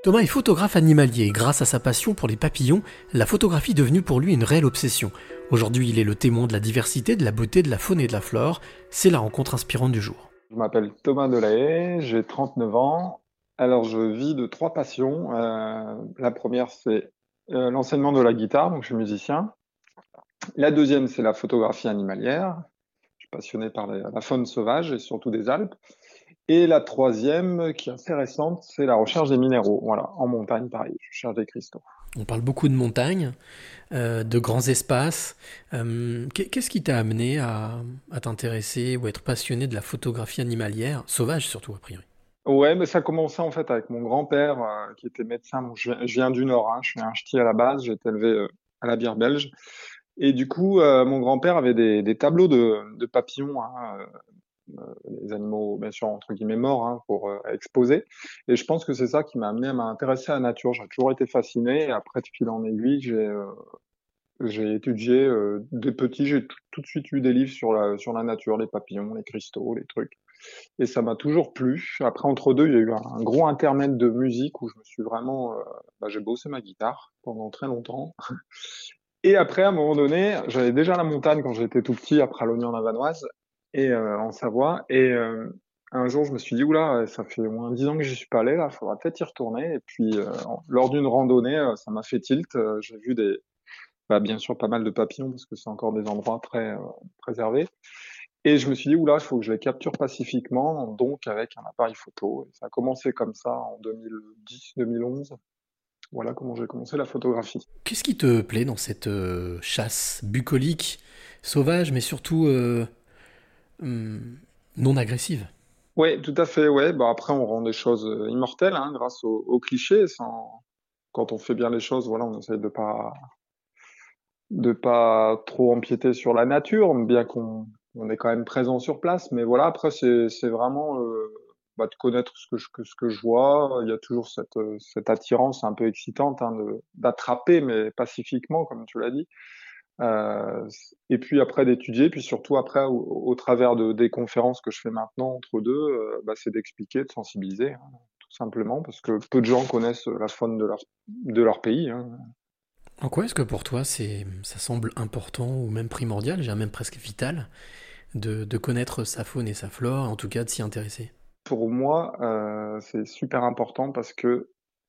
Thomas est photographe animalier. Grâce à sa passion pour les papillons, la photographie est devenue pour lui une réelle obsession. Aujourd'hui, il est le témoin de la diversité, de la beauté, de la faune et de la flore. C'est la rencontre inspirante du jour. Je m'appelle Thomas Delahaye, j'ai 39 ans. Alors, je vis de trois passions. La première, c'est l'enseignement de la guitare, donc je suis musicien. La deuxième, c'est la photographie animalière. Je suis passionné par la faune sauvage et surtout des Alpes. Et la troisième, qui est assez récente, c'est la recherche des minéraux. Voilà, en montagne, pareil, je cherche des cristaux. On parle beaucoup de montagnes, de grands espaces. Qu'est-ce qui t'a amené à t'intéresser ou être passionné de la photographie animalière, sauvage surtout a priori? Ouais, mais ça a commencé en fait avec mon grand-père qui était médecin. Donc, je viens du Nord, hein, je suis un ch'ti à la base, j'ai été élevé à la bière belge. Et du coup, mon grand-père avait des tableaux de papillons, hein, les animaux, bien sûr, entre guillemets, morts, hein, pour exposer. Et je pense que c'est ça qui m'a amené à m'intéresser à la nature. J'ai toujours été fasciné. Et après, de fil en aiguille, j'ai étudié, dès petit, j'ai tout de suite lu des livres sur la nature, les papillons, les cristaux, les trucs. Et ça m'a toujours plu. Après, entre deux, il y a eu un gros intermède de musique où je me suis vraiment, j'ai bossé ma guitare pendant très longtemps. Et après, à un moment donné, j'avais déjà la montagne quand j'étais tout petit, après Lognan-la-Vanoise, et en Savoie. Et un jour, je me suis dit, oula, ça fait au moins 10 ans que j'y suis pas allé, là, faudra peut-être y retourner. Et puis, lors d'une randonnée, ça m'a fait tilt. J'ai vu bien sûr, pas mal de papillons, parce que c'est encore des endroits très préservés. Et je me suis dit, oula, il faut que je les capture pacifiquement, donc avec un appareil photo. Et ça a commencé comme ça en 2010-2011. Voilà comment j'ai commencé la photographie. Qu'est-ce qui te plaît dans cette chasse bucolique, sauvage, mais surtout hum, non agressive? Oui, tout à fait, ouais. Bah, après, on rend des choses immortelles, hein, grâce aux clichés. Quand on fait bien les choses, voilà, on essaye de pas trop empiéter sur la nature, bien qu'on est quand même présent sur place. Mais voilà, après, c'est vraiment de connaître ce que je vois. Il y a toujours cette attirance un peu excitante, hein, d'attraper, mais pacifiquement, comme tu l'as dit. Euh, et puis après d'étudier, puis surtout après, au travers des conférences que je fais maintenant entre deux, c'est d'expliquer, de sensibiliser, hein, tout simplement, parce que peu de gens connaissent la faune de leur pays, hein. En quoi est-ce que pour toi ça semble important ou même primordial, j'ai même presque vital, de connaître sa faune et sa flore, en tout cas de s'y intéresser? Pour moi, c'est super important parce que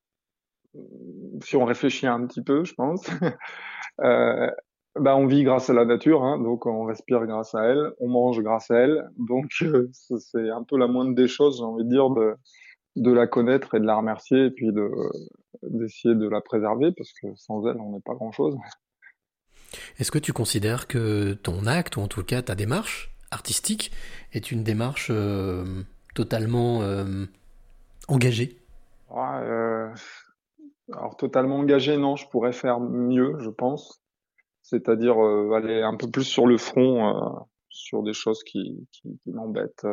si on réfléchit un petit peu, je pense, euh, on vit grâce à la nature, hein, donc on respire grâce à elle, on mange grâce à elle, donc c'est un peu la moindre des choses, j'ai envie de dire, de la connaître et de la remercier, et puis d'essayer de la préserver, parce que sans elle, on n'est pas grand-chose. Est-ce que tu considères que ton acte, ou en tout cas ta démarche artistique, est une démarche totalement engagée? Ouais, alors totalement engagé, non, je pourrais faire mieux, je pense. C'est-à-dire aller un peu plus sur le front, sur des choses qui m'embêtent.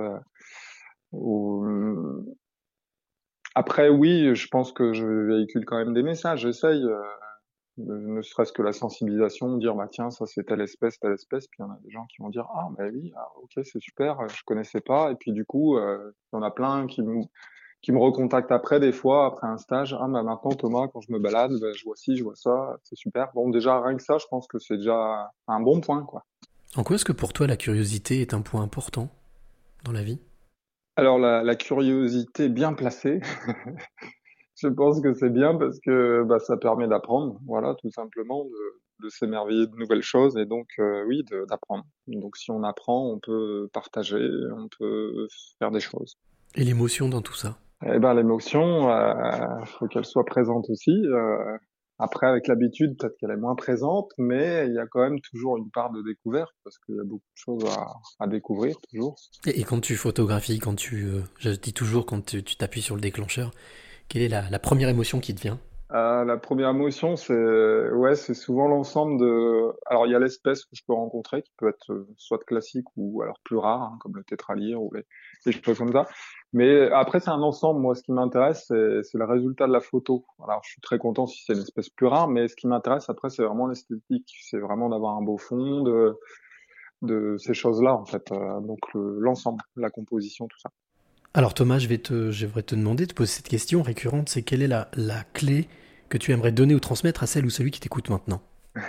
Ou, après, oui, je pense que je véhicule quand même des messages. J'essaye, ne serait-ce que la sensibilisation, dire bah tiens, ça c'est telle espèce. Puis il y en a des gens qui vont dire ah bah oui, ah, ok, c'est super, je connaissais pas. Et puis du coup, il y en a plein qui me recontactent après, des fois, après un stage. Ah bah maintenant Thomas, quand je me balade, bah, je vois ci, je vois ça, c'est super. Bon, déjà rien que ça, je pense que c'est déjà un bon point, quoi. En quoi est-ce que pour toi la curiosité est un point important dans la vie? Alors la curiosité bien placée, je pense que c'est bien parce que ça permet d'apprendre, voilà, tout simplement, de s'émerveiller de nouvelles choses et donc oui, d'apprendre. Donc si on apprend, on peut partager, on peut faire des choses. Et l'émotion dans tout ça? Eh ben l'émotion, faut qu'elle soit présente aussi. Après, avec l'habitude, peut-être qu'elle est moins présente, mais il y a quand même toujours une part de découverte parce qu'il y a beaucoup de choses à découvrir toujours. Et quand tu photographies, je dis toujours quand tu t'appuies sur le déclencheur, quelle est la première émotion qui te vient? La première émotion, c'est souvent l'ensemble de. Alors il y a l'espèce que je peux rencontrer qui peut être soit classique ou alors plus rare, hein, comme le tétralyre ou les choses comme ça. Mais après c'est un ensemble. Moi, ce qui m'intéresse, c'est le résultat de la photo. Alors je suis très content si c'est une espèce plus rare, mais ce qui m'intéresse après, c'est vraiment l'esthétique. C'est vraiment d'avoir un beau fond, de ces choses-là en fait. Donc l'ensemble, la composition, tout ça. Alors Thomas, j'aimerais te demander, te poser cette question récurrente, c'est quelle est la clé que tu aimerais donner ou transmettre à celle ou celui qui t'écoute maintenant?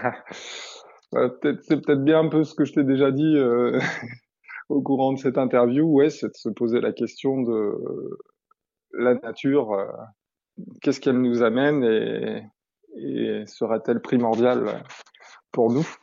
C'est peut-être bien un peu ce que je t'ai déjà dit au courant de cette interview. Ouais, c'est de se poser la question de la nature. Qu'est-ce qu'elle nous amène et sera-t-elle primordiale pour nous?